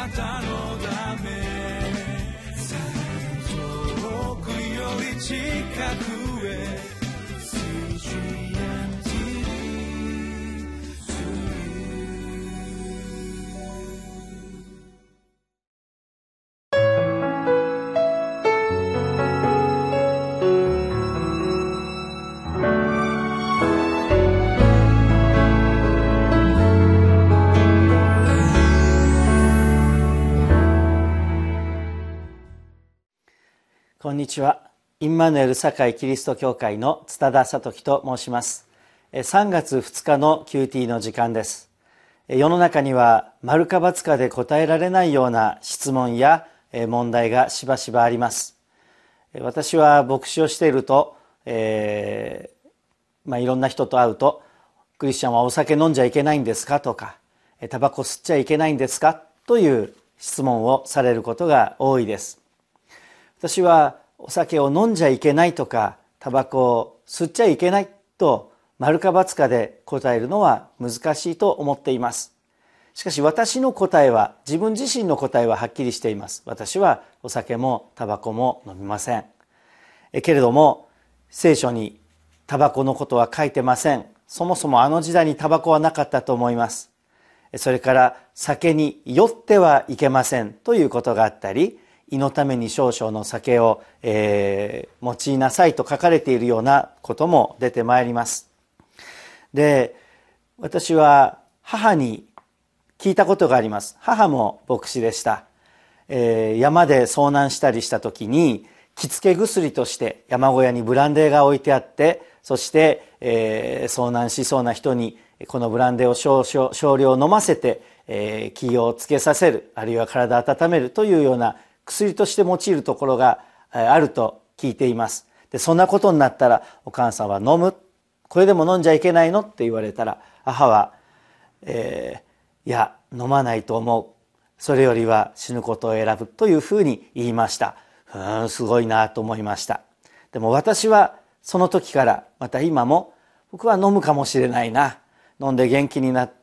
なたのため遠くより近くへこんにちは。インマヌエル堺キリスト教会の津田聡樹と申します。3月2日の QT の時間です。世の中には丸か×かで答えられないような質問や問題がしばしばあります。私は牧師をしていると、いろんな人と会うと、クリスチャンはお酒飲んじゃいけないんですかとか、タバコ吸っちゃいけないんですかという質問をされることが多いです。私はお酒を飲んじゃいけないとかタバコを吸っちゃいけないと丸か×かで答えるのは難しいと思っています。しかし私の答えは、自分自身の答えははっきりしています。私はお酒もタバコも飲みません。けれども聖書にタバコのことは書いてません。そもそもあの時代にタバコはなかったと思います。それから酒に酔ってはいけませんということがあったり、胃のために少々の酒を、用いなさいと書かれているようなことも出てまいります。で、私は母に聞いたことがあります。母も牧師でした。山で遭難したりした時に気付け薬として山小屋にブランデーが置いてあって、そして、遭難しそうな人にこのブランデーを少量飲ませて、気をつけさせる、あるいは体を温めるというような薬として用いるところがあると聞いています。で、そんなことになったらお母さんは飲む、これでも飲んじゃいけないのって言われたら、母は、いや飲まないと思う、それよりは死ぬことを選ぶというふうに言いました。すごいなと思いました。でも私はその時からまた今も、僕は飲むかもしれないな、飲んで元気になって、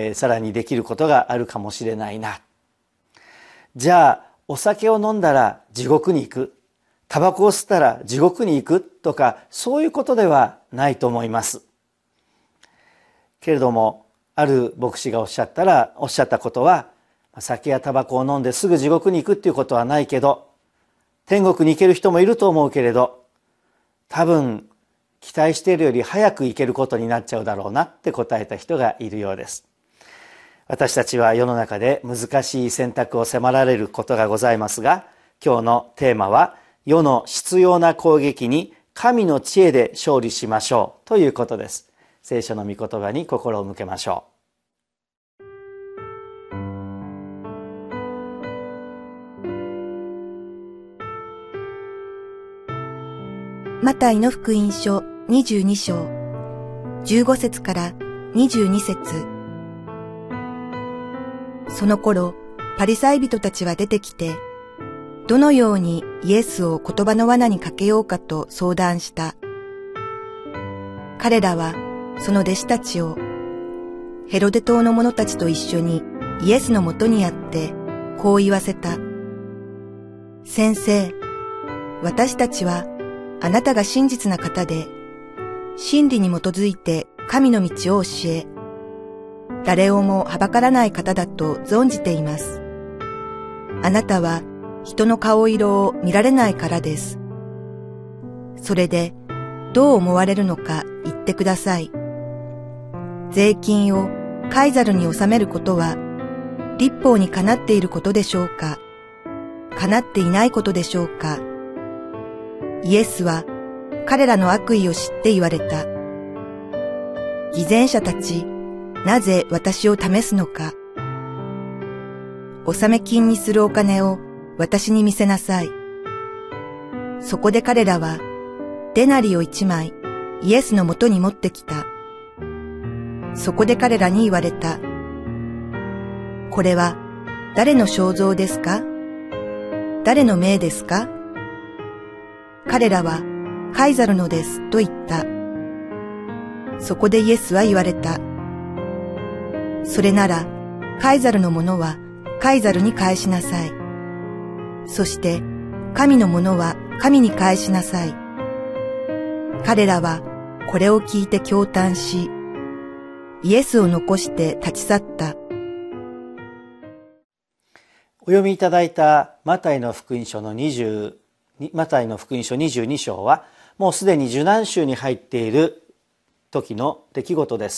さらにできることがあるかもしれないな。じゃあお酒を飲んだら地獄に行く、タバコを吸ったら地獄に行くとか、そういうことではないと思います。けれどもある牧師がおっしゃったことは、酒やタバコを飲んですぐ地獄に行くっていうことはないけど、天国に行ける人もいると思うけれど、多分期待しているより早く行けることになっちゃうだろうなって答えた人がいるようです。私たちは世の中で難しい選択を迫られることがございますが、今日のテーマは、世の執拗な攻撃に神の知恵で勝利しましょうということです。聖書の御言葉に心を向けましょう。 マタイの福音書22章15節から22節。その頃、パリサイ人たちは出てきて、どのようにイエスを言葉の罠にかけようかと相談した。彼らはその弟子たちをヘロデ島の者たちと一緒にイエスのもとにやってこう言わせた。先生、私たちはあなたが真実な方で、真理に基づいて神の道を教え、誰をもはばからない方だと存じています。あなたは人の顔色を見られないからです。それでどう思われるのか言ってください。税金をカイザルに納めることは律法にかなっていることでしょうか、かなっていないことでしょうか。イエスは彼らの悪意を知って言われた。偽善者たち、なぜ私を試すのか。納め金にするお金を私に見せなさい。そこで彼らはデナリを1枚イエスのもとに持ってきた。そこで彼らに言われた。これは誰の肖像ですか？誰の命ですか？彼らはカイザルのですと言った。そこでイエスは言われた。それならカイザルのものはカイザルに返しなさい。そして神のものは神に返しなさい。彼らはこれを聞いて驚嘆し、イエスを残して立ち去った。 お読みいただいたマタイの福音書22章は、もうすでに受難週に入っている時の出来事です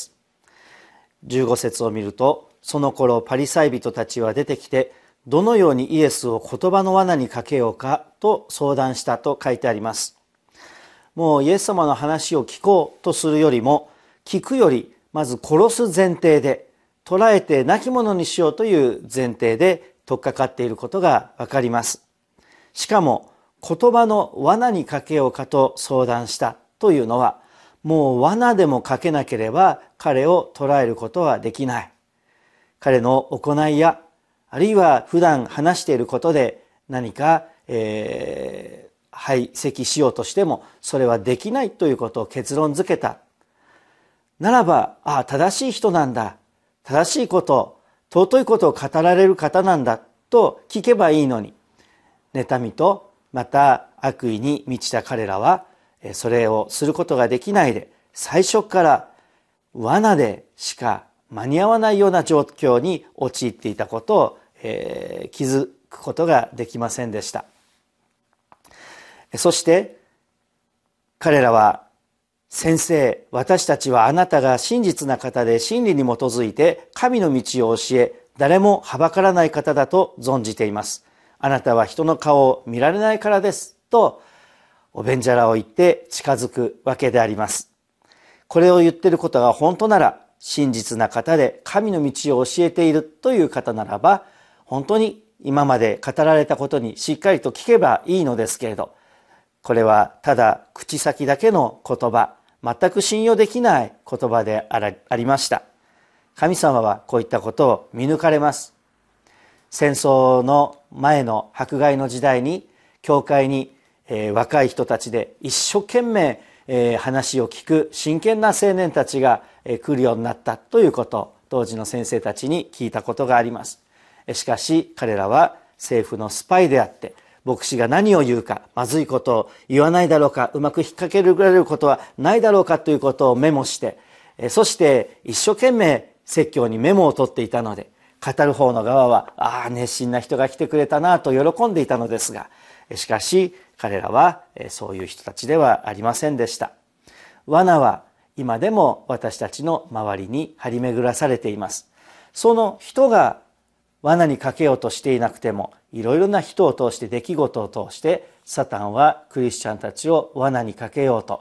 。15節を見ると、その頃パリサイ人たちは出てきて、どのようにイエスを言葉の罠にかけようかと相談したと書いてあります。もうイエス様の話を聞こうとするよりも、聞くよりまず殺す前提で、捕らえて亡き者にしようという前提で取っかかっていることがわかります。しかも言葉の罠にかけようかと相談したというのは、もう罠でもかけなければ彼を捕らえることはできない。彼の行いや、あるいは普段話していることで何か、排斥しようとしてもそれはできないということを結論付けた。ならば、正しい人なんだ、正しいこと、尊いことを語られる方なんだと聞けばいいのに、妬みとまた悪意に満ちた彼らはそれをすることができないで、最初から罠でしか間に合わないような状況に陥っていたことを、気づくことができませんでした。そして彼らは、先生、私たちはあなたが真実な方で真理に基づいて神の道を教え、誰もはばからない方だと存じています。あなたは人の顔を見られないからですとおべんじゃらを言って近づくわけであります。これを言っていることが本当なら、真実な方で神の道を教えているという方ならば、本当に今まで語られたことにしっかりと聞けばいいのですけれど、これはただ口先だけの言葉、全く信用できない言葉でありました。神様はこういったことを見抜かれます。戦争の前の迫害の時代に教会に、若い人たちで一生懸命、話を聞く真剣な青年たちが、来るようになったということを当時の先生たちに聞いたことがあります。しかし彼らは政府のスパイであって、牧師が何を言うか、まずいことを言わないだろうか、うまく引っ掛けられることはないだろうかということをメモして、そして一生懸命説教にメモを取っていたので、語る方の側は熱心な人が来てくれたなと喜んでいたのですが、しかし彼らはそういう人たちではありませんでした。罠は今でも私たちの周りに張り巡らされています。その人が罠にかけようとしていなくても、いろいろな人を通して、出来事を通してサタンはクリスチャンたちを罠にかけようと、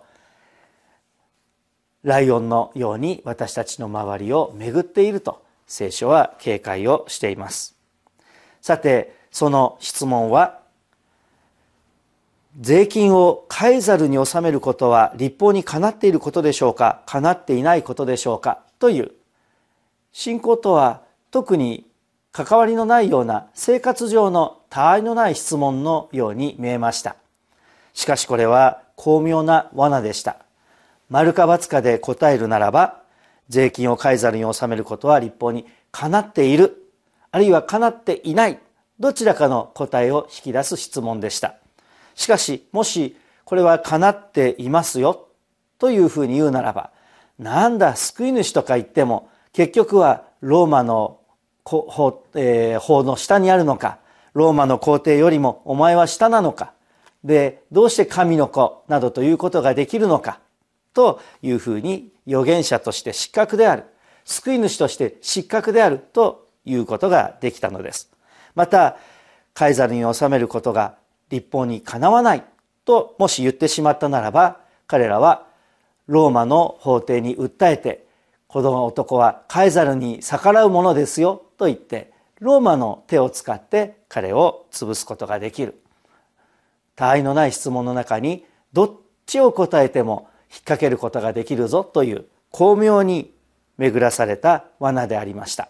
ライオンのように私たちの周りを巡っていると聖書は警戒をしています。さて、その質問は、税金をカエザルに納めることは律法にかなっていることでしょうか、かなっていないことでしょうかという、信仰とは特に関わりのないような生活上の他愛のない質問のように見えました。しかしこれは巧妙な罠でした。丸か×かで答えるならば、税金をカエザルに納めることは律法にかなっている、あるいはかなっていない、どちらかの答えを引き出す質問でした。しかし、もしこれはかなっていますよというふうに言うならば、なんだ救い主とか言っても結局はローマの法の下にあるのか、ローマの皇帝よりもお前は下なのか、でどうして神の子などということができるのかというふうに、預言者として失格である、救い主として失格であるということができたのです。またカエザルに納めることが律法にかなわないともし言ってしまったならば、彼らはローマの法廷に訴えて、この男はカエザルに逆らうものですよと言って、ローマの手を使って彼を潰すことができる。他愛のない質問の中にどっちを答えても引っ掛けることができるぞという巧妙に巡らされた罠でありました。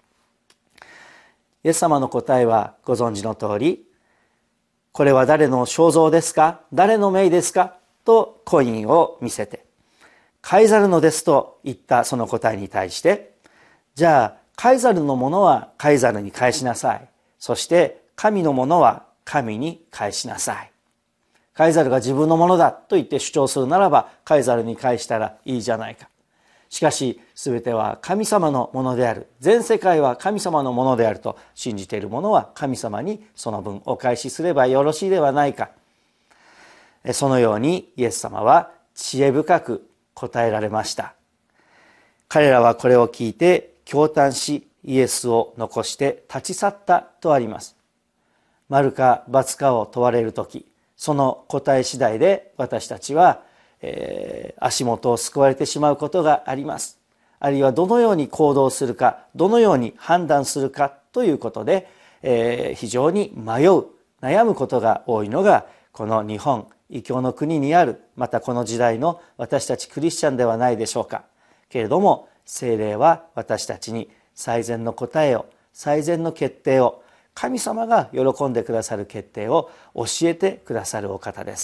イエス様の答えはご存知の通り、これは誰の肖像ですか、誰の名ですかとコインを見せて、カエザルのですと言ったその答えに対して、じゃあカエザルのものはカエザルに返しなさい、 そして神のものは神に返しなさい。カイザルが自分のものだと言って主張するならば、カイザルに返したらいいじゃないか。しかし全ては神様のものである、全世界は神様のものであると信じている者は、神様にその分お返しすればよろしいではないか。そのようにイエス様は知恵深く答えられました。彼らはこれを聞いて驚嘆し、イエスを残して立ち去ったとあります。丸か×かを問われるとき、その答え次第で私たちは、足元を救われてしまうことがあります。あるいはどのように行動するか、どのように判断するかということで、非常に迷う、悩むことが多いのがこの日本、異教の国にある、またこの時代の私たちクリスチャンではないでしょうか。けれども聖霊は私たちに最善の答えを、最善の決定を、神様が喜んでくださる決定を教えてくださるお方です。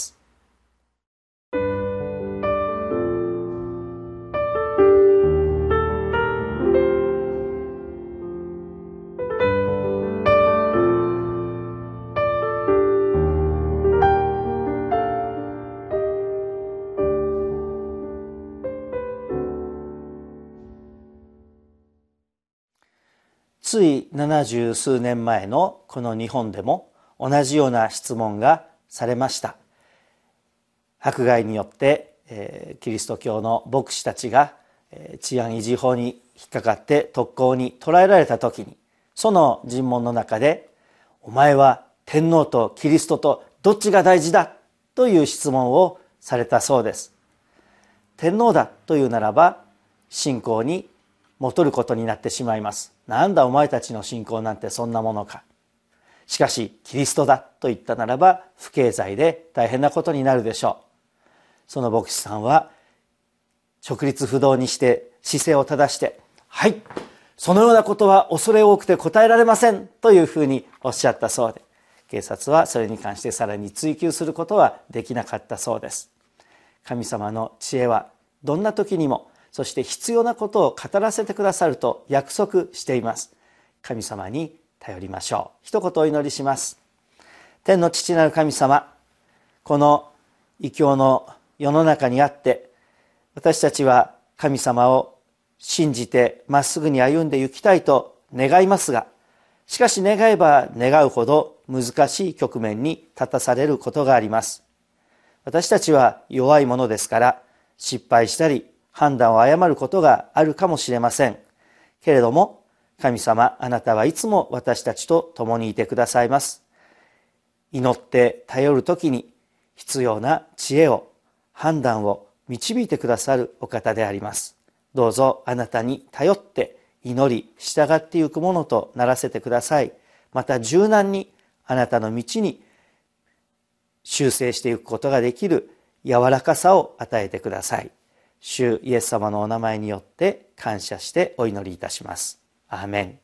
つい70数年前のこの日本でも同じような質問がされました。迫害によってキリスト教の牧師たちが治安維持法に引っかかって特攻に捕らえられた時に、その尋問の中で「お前は天皇とキリストとどっちが大事だ?」という質問をされたそうです。天皇だというならば信仰に戻ることになってしまいます。なんだお前たちの信仰なんてそんなものか。しかしキリストだと言ったならば不敬罪で大変なことになるでしょう。その牧師さんは直立不動にして姿勢を正して、はい、そのようなことは恐れ多くて答えられませんというふうにおっしゃったそうで、警察はそれに関してさらに追及することはできなかったそうです。神様の知恵はどんな時にも、そして必要なことを語らせてくださると約束しています。神様に頼りましょう。一言お祈りします。天の父なる神様、この異教の世の中にあって私たちは神様を信じてまっすぐに歩んで行きたいと願いますが、しかし願えば願うほど難しい局面に立たされることがあります。私たちは弱いものですから、失敗したり判断を誤ることがあるかもしれません。けれども神様、あなたはいつも私たちと共にいてくださいます。祈って頼るときに必要な知恵を、判断を導いてくださるお方であります。どうぞあなたに頼って祈り従っていくものとならせてください。また柔軟にあなたの道に修正していくことができる柔らかさを与えてください。主イエス様のお名前によって感謝してお祈りいたします。アーメン。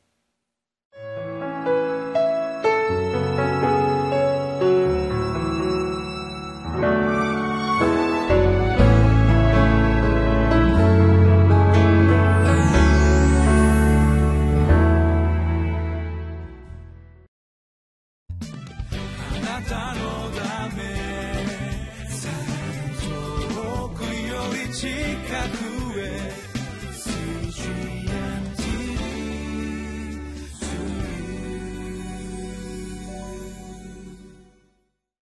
あなたのため遠くより近く